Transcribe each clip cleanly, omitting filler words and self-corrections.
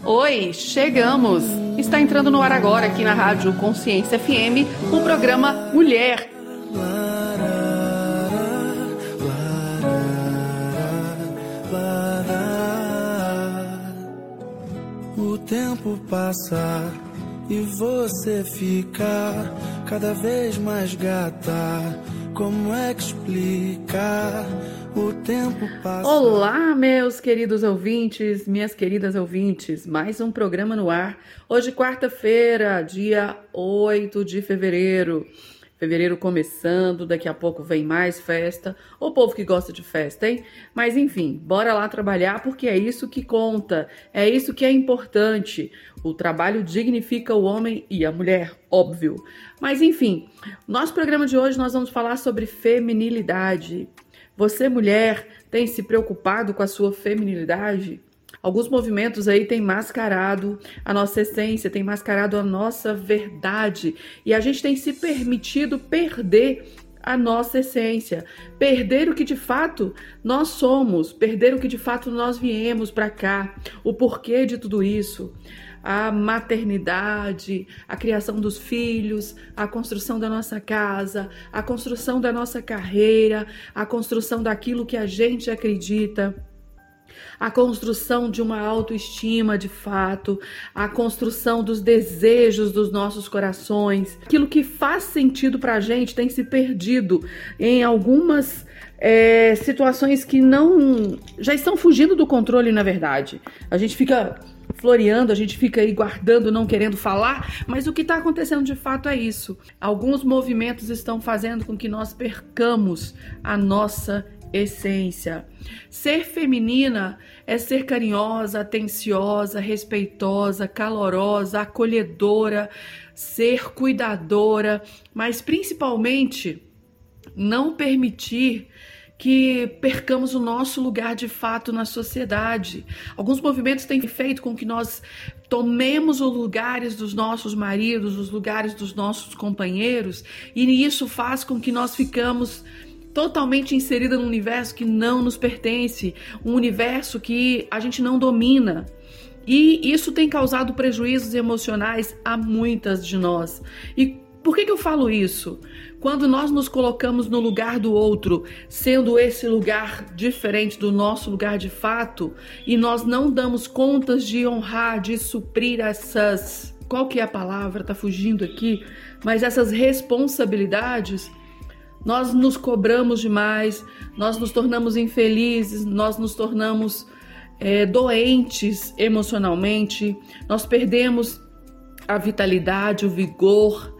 Oi, chegamos! Está entrando no ar agora, aqui na Rádio Consciência FM, o programa Mulher. O tempo passa e você fica cada vez mais gata. Como é que explica? O tempo passa. Olá, meus queridos ouvintes, minhas queridas ouvintes. Mais um programa no ar. Hoje, quarta-feira, dia 8 de fevereiro. Fevereiro começando, daqui a pouco vem mais festa. O povo que gosta de festa, hein? Mas enfim, bora lá trabalhar porque é isso que conta, é isso que é importante. O trabalho dignifica o homem e a mulher, óbvio. Mas enfim, nosso programa de hoje nós vamos falar sobre feminilidade. Você, mulher, tem se preocupado com a sua feminilidade? Alguns movimentos aí têm mascarado a nossa essência, têm mascarado a nossa verdade. E a gente tem se permitido perder a nossa essência, perder o que de fato nós somos, perder o que de fato nós viemos para cá, o porquê de tudo isso. A maternidade, a criação dos filhos, a construção da nossa casa, a construção da nossa carreira, a construção daquilo que a gente acredita, a construção de uma autoestima de fato, a construção dos desejos dos nossos corações. Aquilo que faz sentido para a gente tem se perdido em algumas situações que já estão fugindo do controle, na verdade. A gente fica floreando, a gente fica aí guardando, não querendo falar, mas o que está acontecendo de fato é isso. Alguns movimentos estão fazendo com que nós percamos a nossa essência. Ser feminina é ser carinhosa, atenciosa, respeitosa, calorosa, acolhedora, ser cuidadora, mas principalmente não permitir que percamos o nosso lugar de fato na sociedade. Alguns movimentos têm feito com que nós tomemos os lugares dos nossos maridos, os lugares dos nossos companheiros, e isso faz com que nós ficamos totalmente inserida num universo que não nos pertence, um universo que a gente não domina. E isso tem causado prejuízos emocionais a muitas de nós. E por que eu falo isso? Quando nós nos colocamos no lugar do outro, sendo esse lugar diferente do nosso lugar de fato, e nós não damos contas de honrar, de suprir essas... Qual que é a palavra? Tá fugindo aqui. Mas essas responsabilidades... Nós nos cobramos demais, nós nos tornamos infelizes, nós nos tornamos doentes emocionalmente, nós perdemos a vitalidade, o vigor,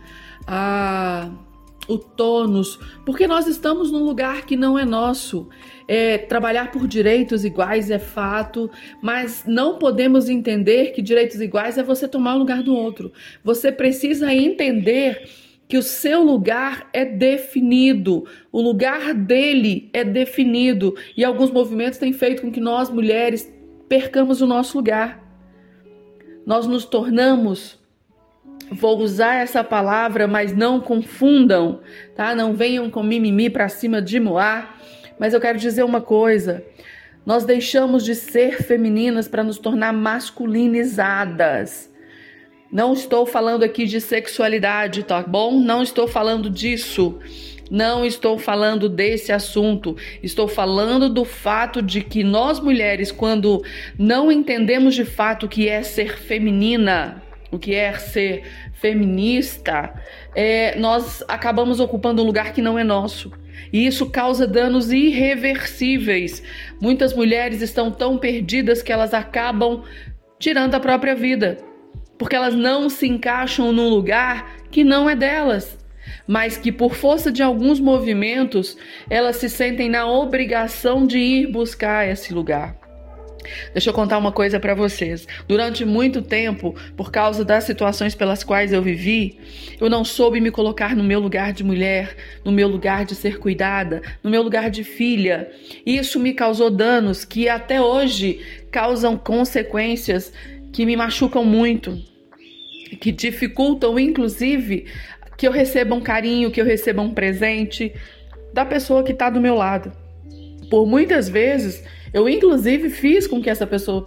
o tônus, porque nós estamos num lugar que não é nosso. Trabalhar por direitos iguais é fato, mas não podemos entender que direitos iguais é você tomar o lugar do outro. Você precisa entender que o seu lugar é definido, o lugar dele é definido, e alguns movimentos têm feito com que nós, mulheres, percamos o nosso lugar. Nós nos tornamos, vou usar essa palavra, mas não confundam, tá? Não venham com mimimi para cima de Moá, mas eu quero dizer uma coisa: nós deixamos de ser femininas para nos tornar masculinizadas. Não estou falando aqui de sexualidade, tá bom? Não estou falando disso. Não estou falando desse assunto. Estou falando do fato de que nós mulheres, quando não entendemos de fato o que é ser feminina, o que é ser feminista, nós acabamos ocupando um lugar que não é nosso. E isso causa danos irreversíveis. Muitas mulheres estão tão perdidas que elas acabam tirando a própria vida, porque elas não se encaixam num lugar que não é delas, mas que por força de alguns movimentos, elas se sentem na obrigação de ir buscar esse lugar. Deixa eu contar uma coisa para vocês. Durante muito tempo, por causa das situações pelas quais eu vivi, eu não soube me colocar no meu lugar de mulher, no meu lugar de ser cuidada, no meu lugar de filha. Isso me causou danos que até hoje causam consequências que me machucam muito, que dificultam, inclusive, que eu receba um carinho, que eu receba um presente da pessoa que está do meu lado. Por muitas vezes, eu inclusive fiz com que essa pessoa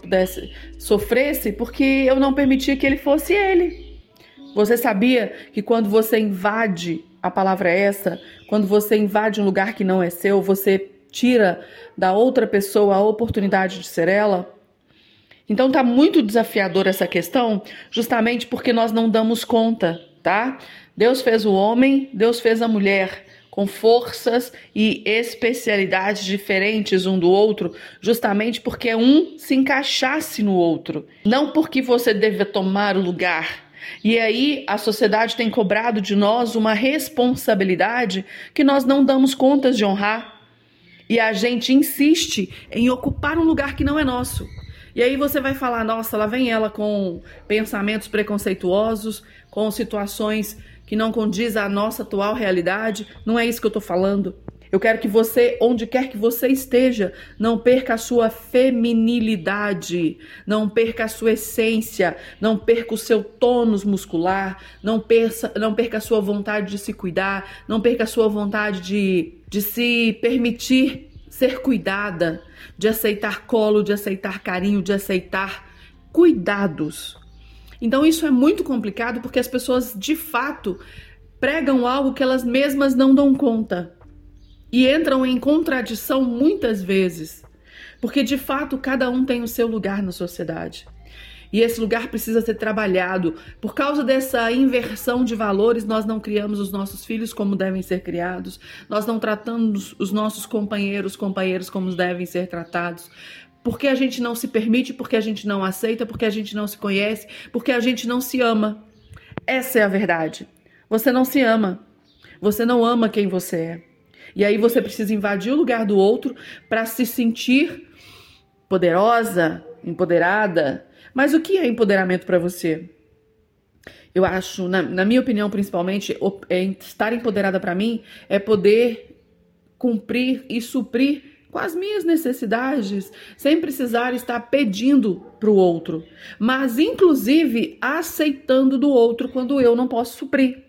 sofresse porque eu não permitia que ele fosse ele. Você sabia que quando você invade, a palavra é essa, quando você invade um lugar que não é seu, você tira da outra pessoa a oportunidade de ser ela? Então tá muito desafiador essa questão, justamente porque nós não damos conta, tá? Deus fez o homem, Deus fez a mulher, com forças e especialidades diferentes um do outro, justamente porque um se encaixasse no outro, não porque você deve tomar o lugar. E aí a sociedade tem cobrado de nós uma responsabilidade que nós não damos contas de honrar. E a gente insiste em ocupar um lugar que não é nosso. E aí você vai falar, nossa, lá vem ela com pensamentos preconceituosos, com situações que não condizem à nossa atual realidade. Não é isso que eu estou falando. Eu quero que você, onde quer que você esteja, não perca a sua feminilidade, não perca a sua essência, não perca o seu tônus muscular, não perca a sua vontade de se cuidar, não perca a sua vontade de se permitir ser cuidada, de aceitar colo, de aceitar carinho, de aceitar cuidados. Então isso é muito complicado porque as pessoas de fato pregam algo que elas mesmas não dão conta. E entram em contradição muitas vezes, porque de fato cada um tem o seu lugar na sociedade. E esse lugar precisa ser trabalhado. Por causa dessa inversão de valores, nós não criamos os nossos filhos como devem ser criados, nós não tratamos os nossos companheiros como devem ser tratados. Porque a gente não se permite, porque a gente não aceita, porque a gente não se conhece, porque a gente não se ama. Essa é a verdade. Você não se ama. Você não ama quem você é. E aí você precisa invadir o lugar do outro para se sentir poderosa, empoderada. Mas o que é empoderamento para você? Eu acho, na minha opinião principalmente, estar empoderada para mim é poder cumprir e suprir com as minhas necessidades, sem precisar estar pedindo para o outro, mas inclusive aceitando do outro quando eu não posso suprir.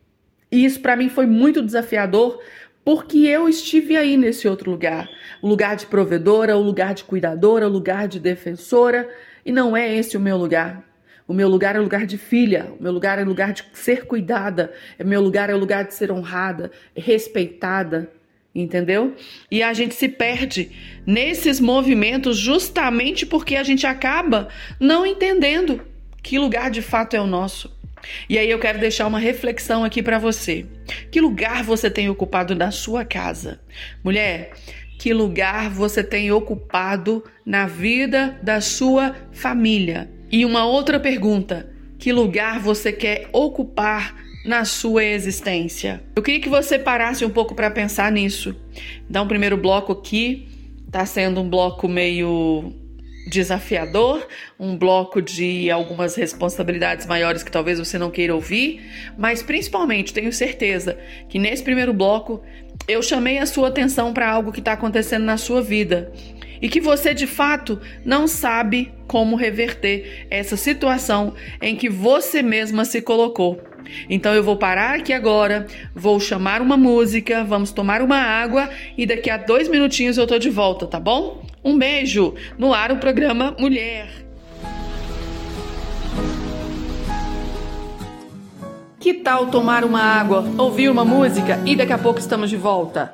E isso para mim foi muito desafiador, porque eu estive aí nesse outro lugar. O lugar de provedora, o lugar de cuidadora, o lugar de defensora. E não é esse o meu lugar. O meu lugar é o lugar de filha. O meu lugar é o lugar de ser cuidada. O meu lugar é o lugar de ser honrada, respeitada. Entendeu? E a gente se perde nesses movimentos justamente porque a gente acaba não entendendo que lugar de fato é o nosso. E aí eu quero deixar uma reflexão aqui para você. Que lugar você tem ocupado na sua casa? Mulher, que lugar você tem ocupado na vida da sua família? E uma outra pergunta, que lugar você quer ocupar na sua existência? Eu queria que você parasse um pouco para pensar nisso. Dá um primeiro bloco aqui, tá sendo um bloco meio desafiador, um bloco de algumas responsabilidades maiores que talvez você não queira ouvir, mas principalmente tenho certeza que nesse primeiro bloco eu chamei a sua atenção para algo que está acontecendo na sua vida e que você de fato não sabe como reverter essa situação em que você mesma se colocou. Então eu vou parar aqui agora, vou chamar uma música, vamos tomar uma água e daqui a 2 minutinhos eu tô de volta, tá bom? Um beijo! No ar o programa Mulher. Que tal tomar uma água, ouvir uma música e daqui a pouco estamos de volta?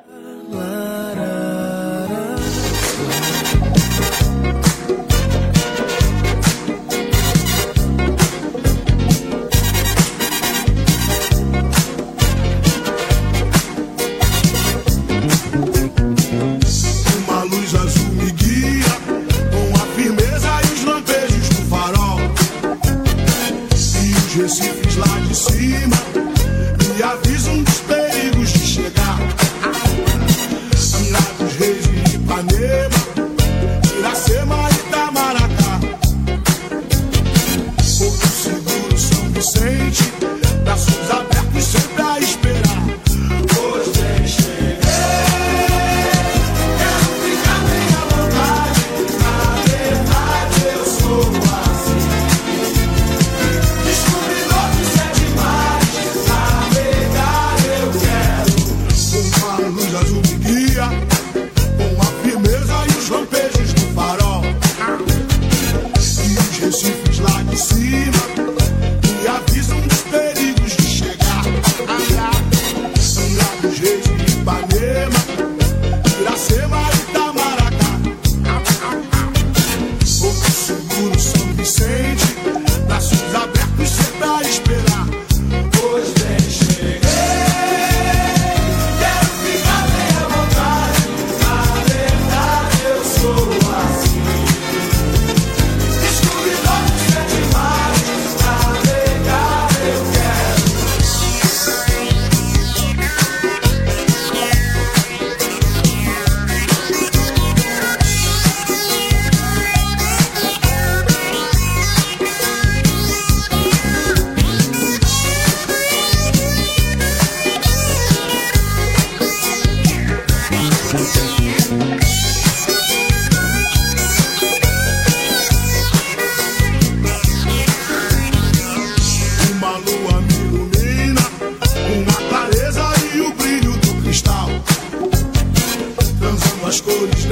Recifes lá de cima me avisam dos perigos de chegar.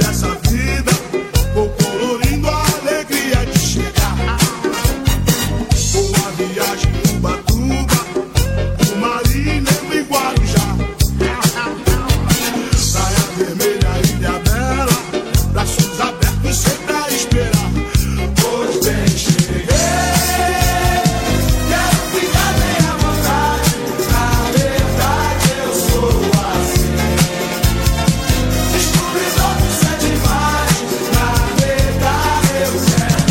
dessa vida, vou colorindo a alegria de chegar. Boa viagem no Ubatuba, no Marina e no Guarujá. Praia Vermelha, Ilha Bela, braços abertos sempre a esperar. Pois bem, cheguei, quero ficar bem à vontade. Na verdade eu sou assim. Descobri logo isso é demais. Na verdade eu quero.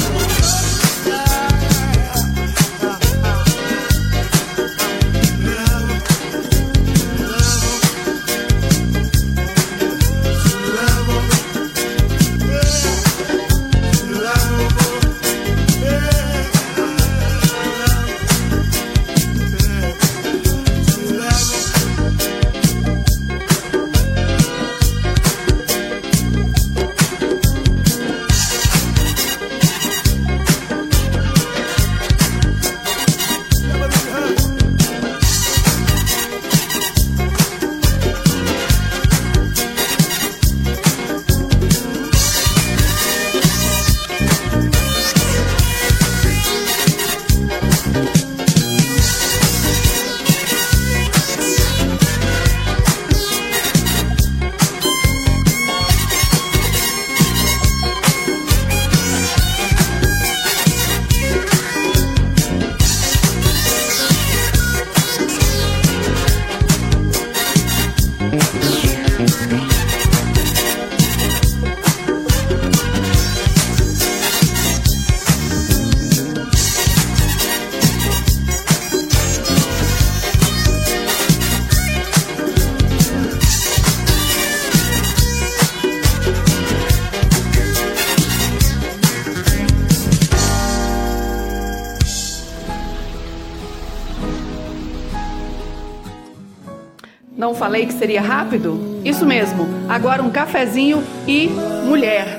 Não falei que seria rápido? Isso mesmo, agora um cafezinho e mulher.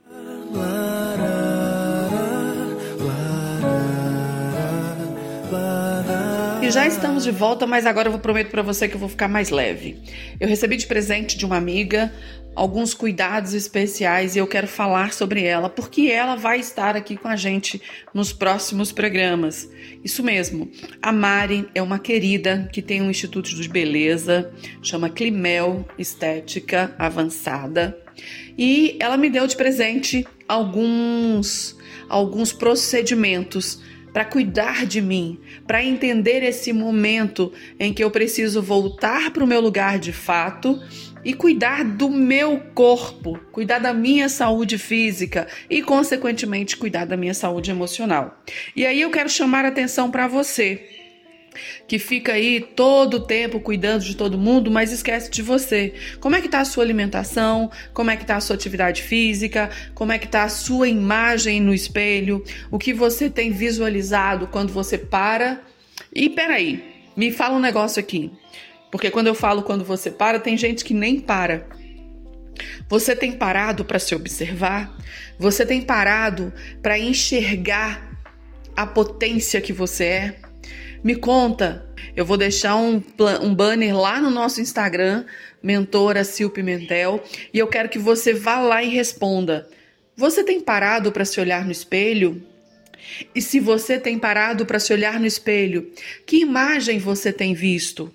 E já estamos de volta, mas agora eu prometo para você que eu vou ficar mais leve. Eu recebi de presente de uma amiga alguns cuidados especiais e eu quero falar sobre ela, porque ela vai estar aqui com a gente nos próximos programas. Isso mesmo, a Mari é uma querida que tem um instituto de beleza, chama Climel Estética Avançada, e ela me deu de presente alguns procedimentos para cuidar de mim, para entender esse momento em que eu preciso voltar para o meu lugar de fato e cuidar do meu corpo, cuidar da minha saúde física e, consequentemente, cuidar da minha saúde emocional. E aí eu quero chamar a atenção para você, que fica aí todo o tempo cuidando de todo mundo, mas esquece de você. Como é que está a sua alimentação? Como é que está a sua atividade física? Como é que está a sua imagem no espelho? O que você tem visualizado quando você para? E peraí, me fala um negócio aqui. Porque quando eu falo quando você para, tem gente que nem para. Você tem parado para se observar? Você tem parado para enxergar a potência que você é? Me conta, eu vou deixar um banner lá no nosso Instagram, Mentora Sil Pimentel, e eu quero que você vá lá e responda. Você tem parado para se olhar no espelho? E se você tem parado para se olhar no espelho, que imagem você tem visto?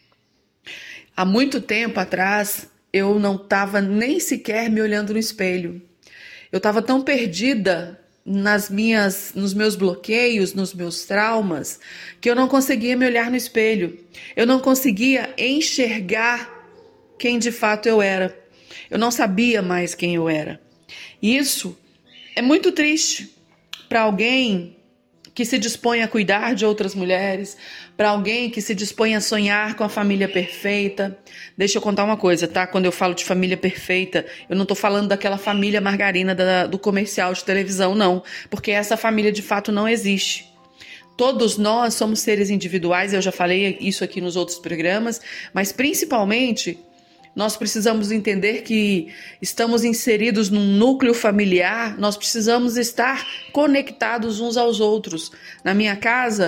Há muito tempo atrás, eu não estava nem sequer me olhando no espelho. Eu estava tão perdida nos meus bloqueios, nos meus traumas, que eu não conseguia me olhar no espelho. Eu não conseguia enxergar quem de fato eu era. Eu não sabia mais quem eu era. Isso é muito triste para alguém que se dispõe a cuidar de outras mulheres, para alguém que se dispõe a sonhar com a família perfeita. Deixa eu contar uma coisa, tá? Quando eu falo de família perfeita, eu não tô falando daquela família margarina do comercial de televisão, não. Porque essa família de fato não existe. Todos nós somos seres individuais, eu já falei isso aqui nos outros programas, mas principalmente nós precisamos entender que estamos inseridos num núcleo familiar, nós precisamos estar conectados uns aos outros. Na minha casa,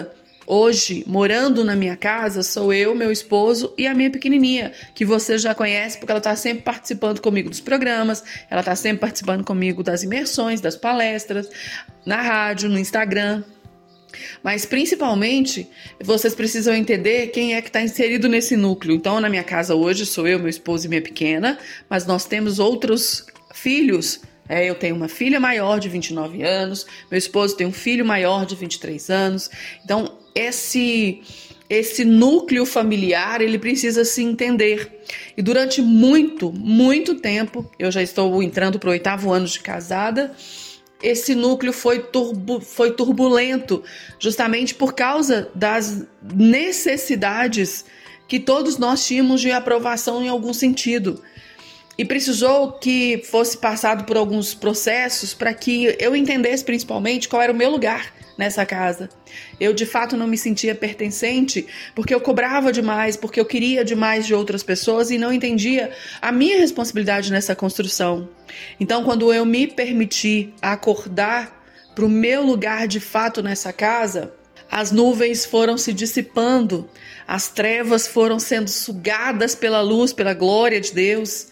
Hoje, morando na minha casa, sou eu, meu esposo e a minha pequenininha, que você já conhece porque ela está sempre participando comigo dos programas, ela está sempre participando comigo das imersões, das palestras, na rádio, no Instagram. Mas principalmente, vocês precisam entender quem é que está inserido nesse núcleo. Então, na minha casa hoje, sou eu, meu esposo e minha pequena, mas nós temos outros filhos. Eu tenho uma filha maior de 29 anos, meu esposo tem um filho maior de 23 anos. Então, esse núcleo familiar, ele precisa se entender. E durante muito tempo, eu já estou entrando para o 8º ano de casada, esse núcleo foi turbulento, justamente por causa das necessidades que todos nós tínhamos de aprovação em algum sentido. E precisou que fosse passado por alguns processos para que eu entendesse principalmente qual era o meu lugar nessa casa. Eu de fato não me sentia pertencente porque eu cobrava demais, porque eu queria demais de outras pessoas e não entendia a minha responsabilidade nessa construção. Então, quando eu me permiti acordar para o meu lugar de fato nessa casa, as nuvens foram se dissipando, as trevas foram sendo sugadas pela luz, pela glória de Deus.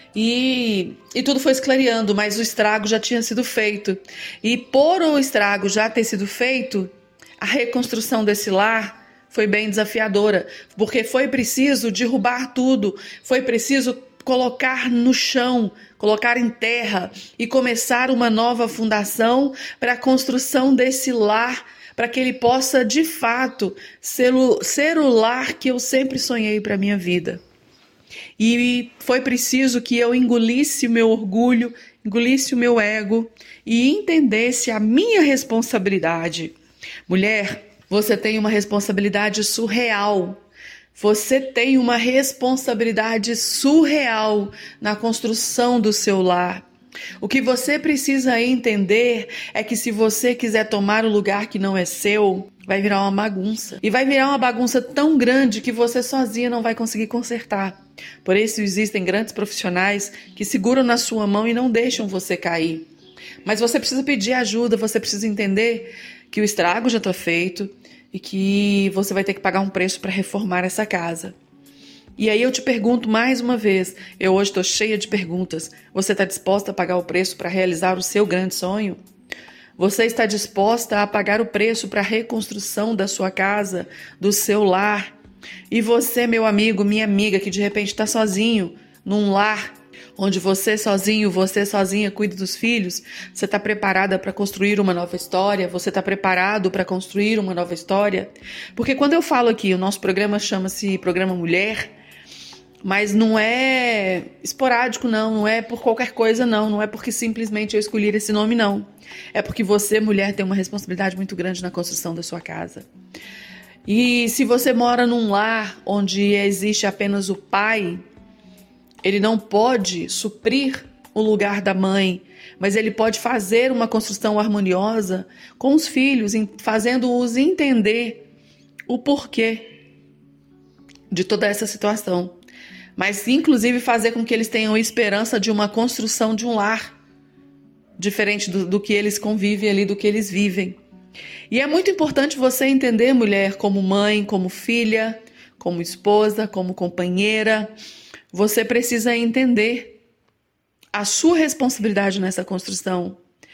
E tudo foi esclareando, mas o estrago já tinha sido feito. E por o estrago já ter sido feito, a reconstrução desse lar foi bem desafiadora, porque foi preciso derrubar tudo, foi preciso colocar no chão, colocar em terra e começar uma nova fundação para a construção desse lar, para que ele possa de fato ser o lar que eu sempre sonhei para a minha vida. E foi preciso que eu engolisse o meu orgulho, engolisse o meu ego e entendesse a minha responsabilidade. Mulher, você tem uma responsabilidade surreal. Você tem uma responsabilidade surreal na construção do seu lar. O que você precisa entender é que se você quiser tomar o lugar que não é seu, vai virar uma bagunça. E vai virar uma bagunça tão grande que você sozinha não vai conseguir consertar. Por isso existem grandes profissionais que seguram na sua mão e não deixam você cair. Mas você precisa pedir ajuda, você precisa entender que o estrago já está feito e que você vai ter que pagar um preço para reformar essa casa. E aí eu te pergunto mais uma vez, eu hoje estou cheia de perguntas, você está disposta a pagar o preço para realizar o seu grande sonho? Você está disposta a pagar o preço para a reconstrução da sua casa, do seu lar? E você, meu amigo, minha amiga, que de repente está sozinho, num lar, onde você sozinha cuida dos filhos, você está preparada para construir uma nova história? Você está preparado para construir uma nova história? Porque quando eu falo aqui, o nosso programa chama-se Programa Mulher, mas não é esporádico, não é por qualquer coisa, não é porque simplesmente eu escolhi esse nome, não. É porque você, mulher, tem uma responsabilidade muito grande na construção da sua casa. E se você mora num lar onde existe apenas o pai, ele não pode suprir o lugar da mãe, mas ele pode fazer uma construção harmoniosa com os filhos, fazendo-os entender o porquê de toda essa situação. Mas inclusive fazer com que eles tenham esperança de uma construção de um lar diferente do que eles convivem ali, do que eles vivem. E é muito importante você entender, mulher, como mãe, como filha, como esposa, como companheira. Você precisa entender a sua responsabilidade nessa construção.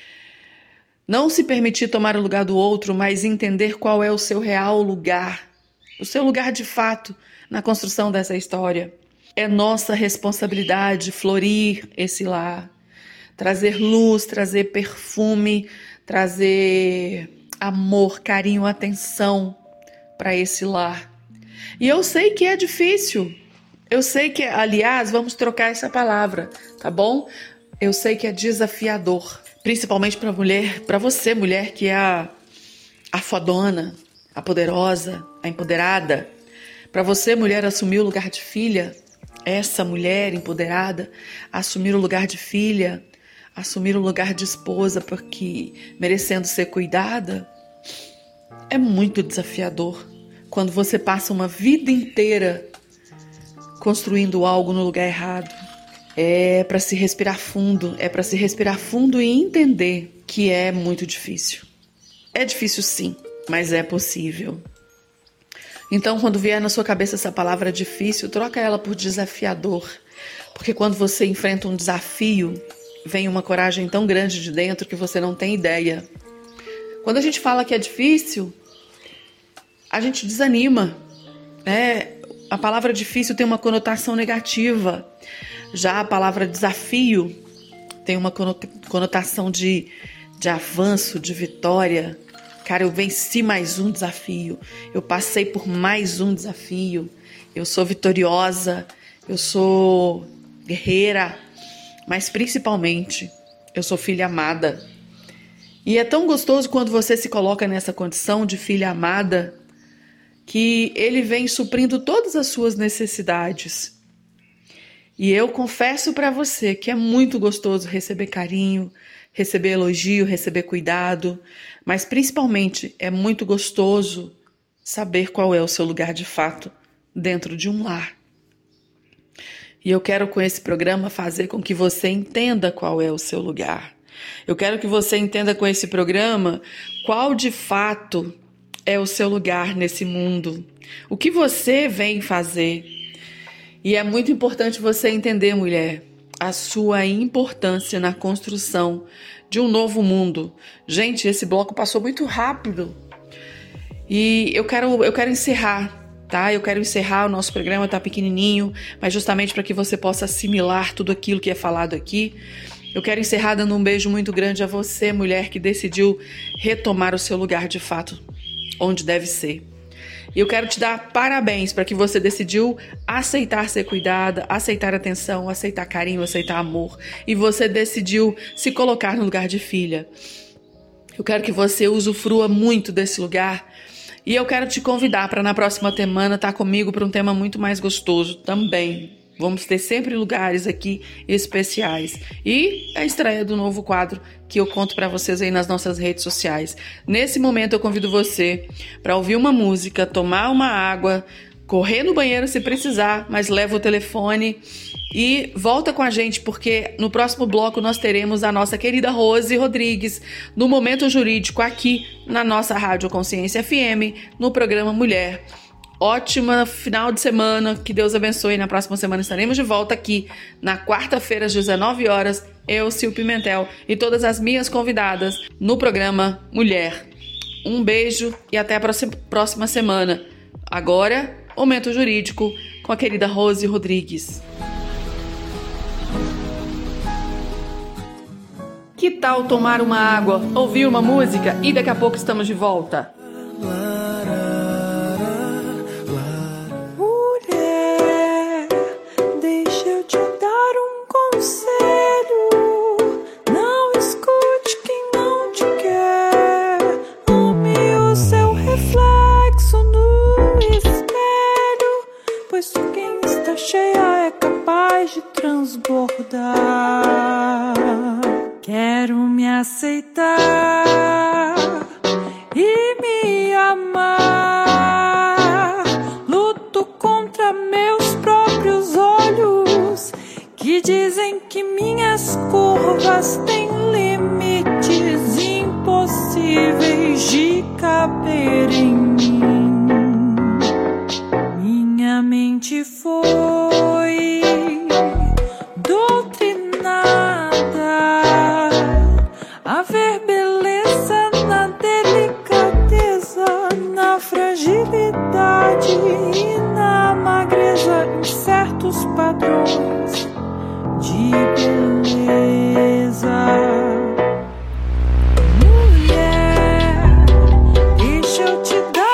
Não se permitir tomar o lugar do outro, mas entender qual é o seu real lugar, o seu lugar de fato na construção dessa história. É nossa responsabilidade florir esse lar, trazer luz, trazer perfume, trazer amor, carinho, atenção para esse lar. E eu sei que é difícil. Eu sei que, aliás, vamos trocar essa palavra, tá bom? Eu sei que é desafiador, principalmente para mulher, para você, mulher, que é a fodona, a poderosa, a empoderada. Para você, mulher, assumir o lugar de filha, essa mulher empoderada, assumir o lugar de filha, assumir o lugar de esposa, porque merecendo ser cuidada, é muito desafiador. Quando você passa uma vida inteira construindo algo no lugar errado, é para se respirar fundo, e entender que é muito difícil. É difícil sim, mas é possível. Então, quando vier na sua cabeça essa palavra difícil, troca ela por desafiador. Porque quando você enfrenta um desafio, vem uma coragem tão grande de dentro que você não tem ideia. Quando a gente fala que é difícil, a gente desanima. A palavra difícil tem uma conotação negativa. Já a palavra desafio tem uma conotação de avanço, de vitória. Cara, eu venci mais um desafio. Eu passei por mais um desafio. Eu sou vitoriosa. Eu sou guerreira. Mas principalmente, eu sou filha amada. E é tão gostoso quando você se coloca nessa condição de filha amada que ele vem suprindo todas as suas necessidades. E eu confesso para você que é muito gostoso receber carinho, receber elogio, receber cuidado, mas principalmente é muito gostoso saber qual é o seu lugar de fato dentro de um lar. E eu quero com esse programa fazer com que você entenda qual é o seu lugar. Eu quero que você entenda com esse programa qual de fato é o seu lugar nesse mundo. O que você vem fazer. E é muito importante você entender, mulher, a sua importância na construção de um novo mundo. Gente, esse bloco passou muito rápido. E eu quero encerrar. Tá? Eu quero encerrar, o nosso programa tá pequenininho, mas justamente para que você possa assimilar tudo aquilo que é falado aqui. Eu quero encerrar dando um beijo muito grande a você, mulher, que decidiu retomar o seu lugar de fato, onde deve ser. E eu quero te dar parabéns para que você decidiu aceitar ser cuidada, aceitar atenção, aceitar carinho, aceitar amor. E você decidiu se colocar no lugar de filha. Eu quero que você usufrua muito desse lugar. E eu quero te convidar para na próxima semana estar comigo para um tema muito mais gostoso também. Vamos ter sempre lugares aqui especiais. E a estreia do novo quadro que eu conto para vocês aí nas nossas redes sociais. Nesse momento eu convido você para ouvir uma música, tomar uma água, correr no banheiro se precisar, mas leva o telefone e volta com a gente, porque no próximo bloco nós teremos a nossa querida Rose Rodrigues no Momento Jurídico aqui na nossa Rádio Consciência FM, no programa Mulher. Ótima final de semana, que Deus abençoe. Na próxima semana estaremos de volta aqui na quarta-feira às 19 horas, eu, Sil Pimentel e todas as minhas convidadas no programa Mulher. Um beijo e até a próxima semana. Agora, Momento Jurídico com a querida Rose Rodrigues. Que tal tomar uma água, ouvir uma música e daqui a pouco estamos de volta? Mulher, deixa eu te dar um conselho. Não escute quem não te quer. Ame o seu reflexo no espelho, pois quem está cheia é capaz de transbordar. Quero me aceitar e me amar. Luto contra meus próprios olhos que dizem que minhas curvas têm limites impossíveis de caber em mim. Minha mente foi doutrinada a ver beleza na delicadeza, na fragilidade e na magreza, em certos padrões de beleza. Mulher, deixa eu te dar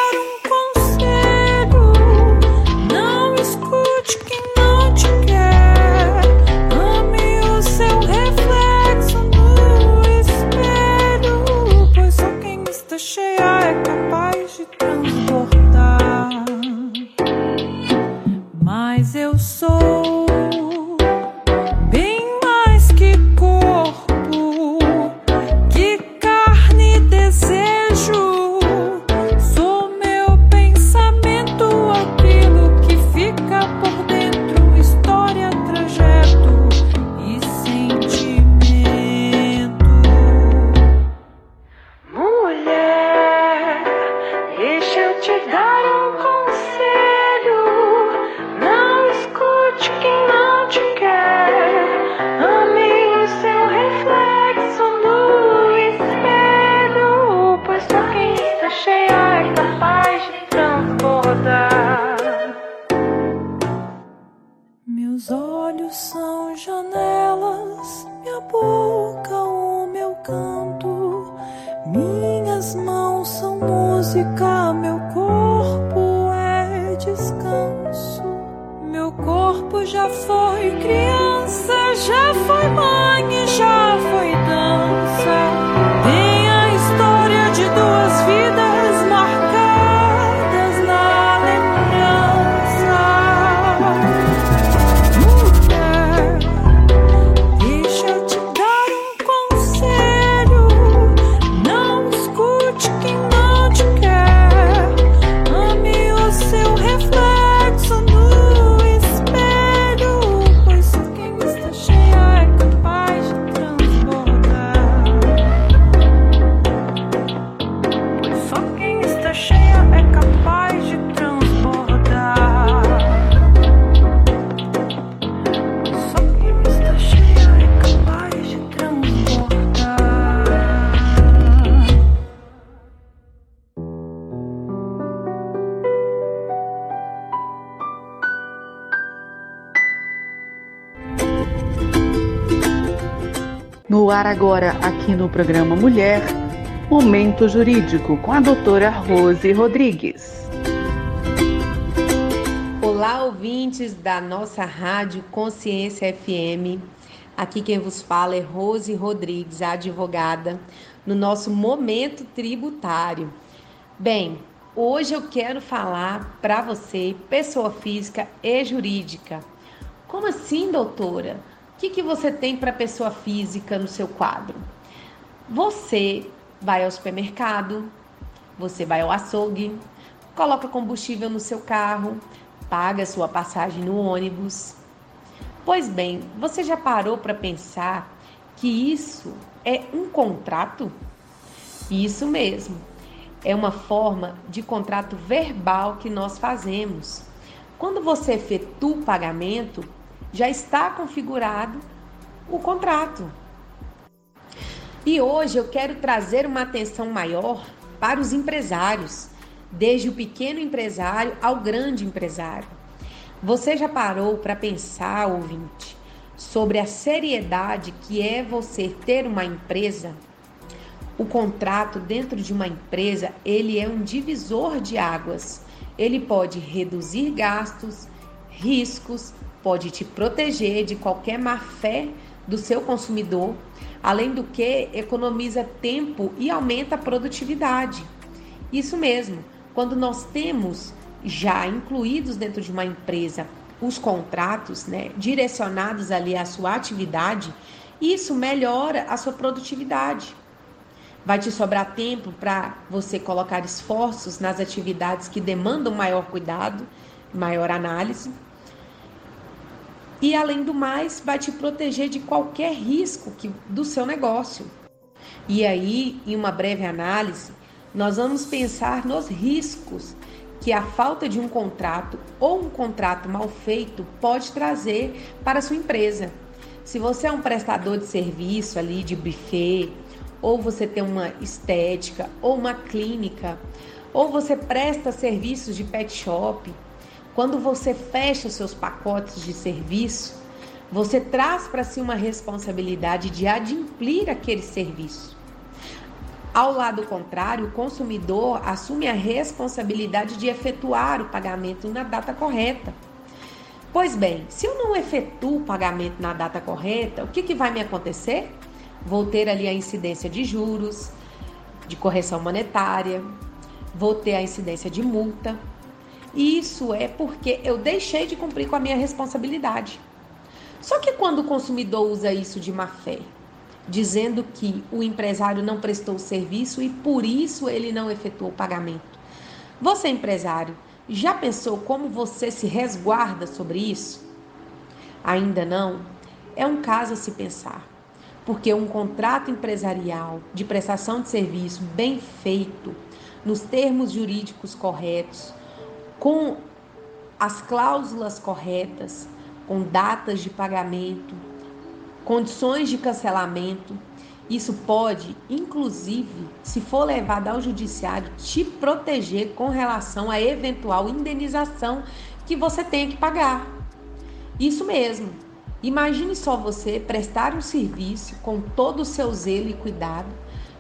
física, meu corpo é descanso. Meu corpo já foi criança, já foi mãe, já foi dança. Tem a história de duas vidas marcadas na lembrança. Mulher, deixa eu te dar um conselho. Não escute quem não te quer. Ame o seu reflexo no espelho, pois só quem está cheia é capaz de transbordar. Pois só quem está cheia é capaz de transbordar. Só quem está cheia é capaz de transbordar. No ar agora, aqui no programa Mulher, Momento Jurídico, com a doutora Rose Rodrigues. Olá, ouvintes da nossa rádio Consciência FM. Aqui quem vos fala é Rose Rodrigues, a advogada, no nosso Momento Tributário. Bem, hoje eu quero falar para você, pessoa física e jurídica. Como assim, doutora? O que você tem para pessoa física no seu quadro? Você vai ao supermercado, você vai ao açougue, coloca combustível no seu carro, paga sua passagem no ônibus. Pois bem, você já parou para pensar que isso é um contrato? Isso mesmo, é uma forma de contrato verbal que nós fazemos. Quando você efetua o pagamento, já está configurado o contrato. E hoje eu quero trazer uma atenção maior para os empresários, desde o pequeno empresário ao grande empresário. Você já parou para pensar, ouvinte, sobre a seriedade que é você ter uma empresa? O contrato dentro de uma empresa, ele é um divisor de águas. Ele pode reduzir gastos, riscos, pode te proteger de qualquer má-fé do seu consumidor, além do que economiza tempo e aumenta a produtividade. Isso mesmo, quando nós temos já incluídos dentro de uma empresa os contratos, direcionados ali à sua atividade, isso melhora a sua produtividade. Vai te sobrar tempo para você colocar esforços nas atividades que demandam maior cuidado, maior análise. E, além do mais, vai te proteger de qualquer risco do seu negócio. E aí, em uma breve análise, nós vamos pensar nos riscos que a falta de um contrato ou um contrato mal feito pode trazer para a sua empresa. Se você é um prestador de serviço ali de buffet, ou você tem uma estética, ou uma clínica, ou você presta serviços de pet shop, quando você fecha os seus pacotes de serviço, você traz para si uma responsabilidade de adimplir aquele serviço. Ao lado contrário, o consumidor assume a responsabilidade de efetuar o pagamento na data correta. Pois bem, se eu não efetuo o pagamento na data correta, o que vai me acontecer? Vou ter ali a incidência de juros, de correção monetária, vou ter a incidência de multa. E isso é porque eu deixei de cumprir com a minha responsabilidade. Só que quando o consumidor usa isso de má fé, dizendo que o empresário não prestou o serviço e por isso ele não efetuou o pagamento. Você, empresário, já pensou como você se resguarda sobre isso? Ainda não? É um caso a se pensar, porque um contrato empresarial de prestação de serviço bem feito, nos termos jurídicos corretos, com as cláusulas corretas, com datas de pagamento, condições de cancelamento, isso pode, inclusive, se for levado ao judiciário, te proteger com relação à eventual indenização que você tenha que pagar. Isso mesmo. Imagine só você prestar um serviço com todo o seu zelo e cuidado,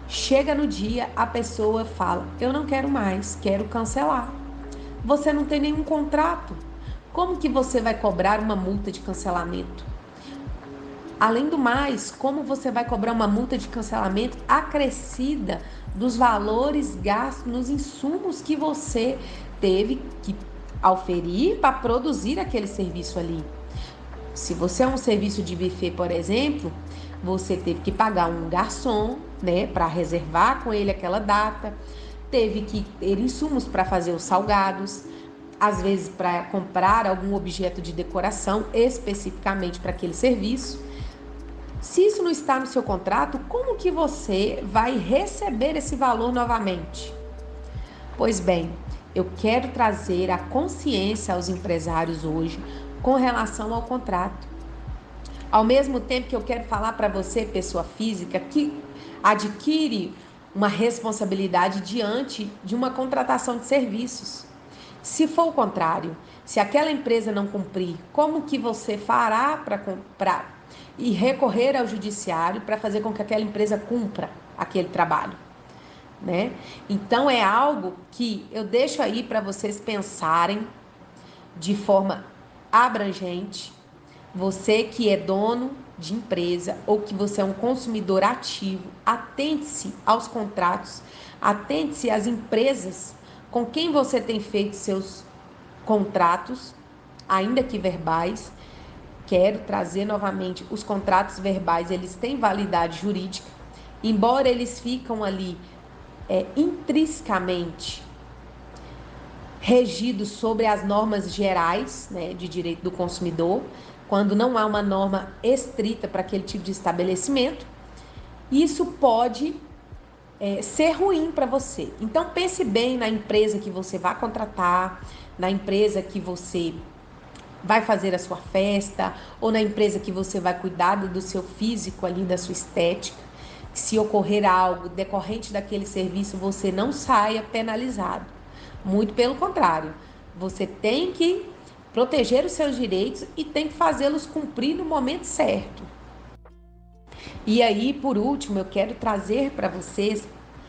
Chega no dia, a pessoa fala: eu não quero mais, quero cancelar. Você não tem nenhum contrato. Como que você vai cobrar uma multa de cancelamento? Além do mais, como você vai cobrar uma multa de cancelamento acrescida dos valores gastos nos insumos que você teve que auferir para produzir aquele serviço ali? Se você é um serviço de buffet, por exemplo, você teve que pagar um garçom, né, para reservar com ele aquela data, teve que ter insumos para fazer os salgados, às vezes para comprar algum objeto de decoração especificamente para aquele serviço. Se isso não está no seu contrato, como que você vai receber esse valor novamente? Pois bem, eu quero trazer a consciência aos empresários hoje com relação ao contrato. Ao mesmo tempo que eu quero falar para você, pessoa física, que adquire uma responsabilidade diante de uma contratação de serviços. Se for o contrário, se aquela empresa não cumprir, como que você fará para comprar e recorrer ao judiciário para fazer com que aquela empresa cumpra aquele trabalho, né? Então é algo que eu deixo aí para vocês pensarem de forma abrangente. Você que é dono de empresa ou que você é um consumidor ativo, atente-se aos contratos, atente-se às empresas com quem você tem feito seus contratos, ainda que verbais. Quero trazer novamente, os contratos verbais, eles têm validade jurídica, embora eles ficam ali intrinsecamente regidos sobre as normas gerais, né, de direito do consumidor, quando não há uma norma estrita para aquele tipo de estabelecimento, isso pode ser ruim para você. Então pense bem na empresa que você vai contratar, na empresa que você vai fazer a sua festa, ou na empresa que você vai cuidar do seu físico ali, da sua estética. Se ocorrer algo decorrente daquele serviço, você não saia penalizado. Muito pelo contrário, você tem que proteger os seus direitos e tem que fazê-los cumprir no momento certo. E aí, por último, eu quero trazer para vocês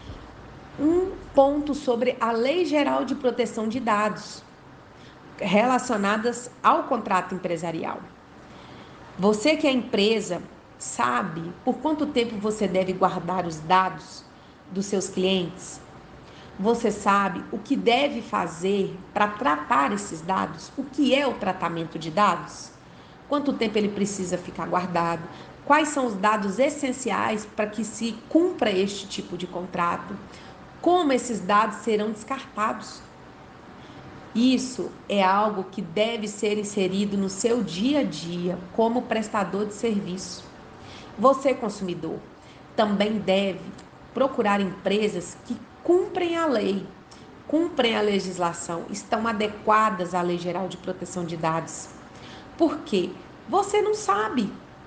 um ponto sobre a Lei Geral de Proteção de Dados, relacionadas ao contrato empresarial. Você que é empresa, sabe por quanto tempo você deve guardar os dados dos seus clientes? Você sabe o que deve fazer para tratar esses dados? O que é o tratamento de dados? Quanto tempo ele precisa ficar guardado? Quais são os dados essenciais para que se cumpra este tipo de contrato? Como esses dados serão descartados? Isso é algo que deve ser inserido no seu dia a dia como prestador de serviço. Você, consumidor, também deve procurar empresas que cumprem a lei, cumprem a legislação, estão adequadas à Lei Geral de Proteção de Dados. Por quê? Você não sabe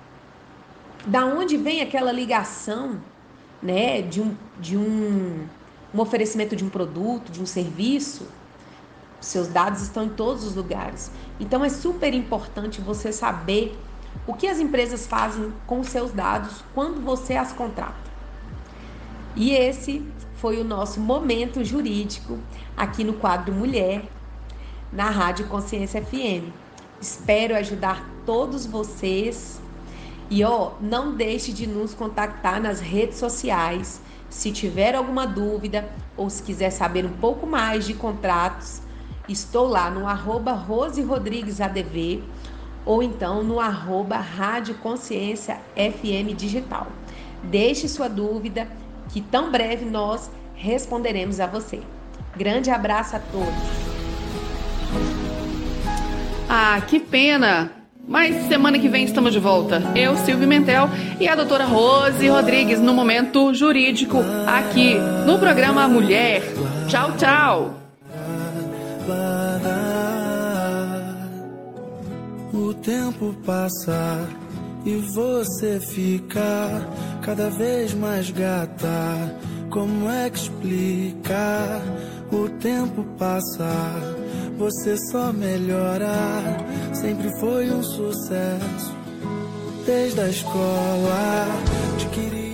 da onde vem aquela ligação, né, de um oferecimento de um produto, de um serviço. Seus dados estão em todos os lugares. Então é super importante você saber o que as empresas fazem com os seus dados quando você as contrata. E esse foi o nosso momento jurídico aqui no quadro Mulher, na Rádio Consciência FM. Espero ajudar todos vocês. E não deixe de nos contactar nas redes sociais. Se tiver alguma dúvida ou se quiser saber um pouco mais de contratos, estou lá no @RoseRodriguesADV ou então no @Rádio Consciência FM Digital. Deixe sua dúvida que tão breve nós responderemos a você. Grande abraço a todos. Ah, que pena! Mas semana que vem estamos de volta. Eu, Silvio Mentel, e a doutora Rose Rodrigues no Momento Jurídico, aqui no programa Mulher. Tchau, tchau! O tempo passa e você fica cada vez mais gata. Como é que explica? O tempo passa, você só melhora. Sempre foi um sucesso desde a escola. Te queria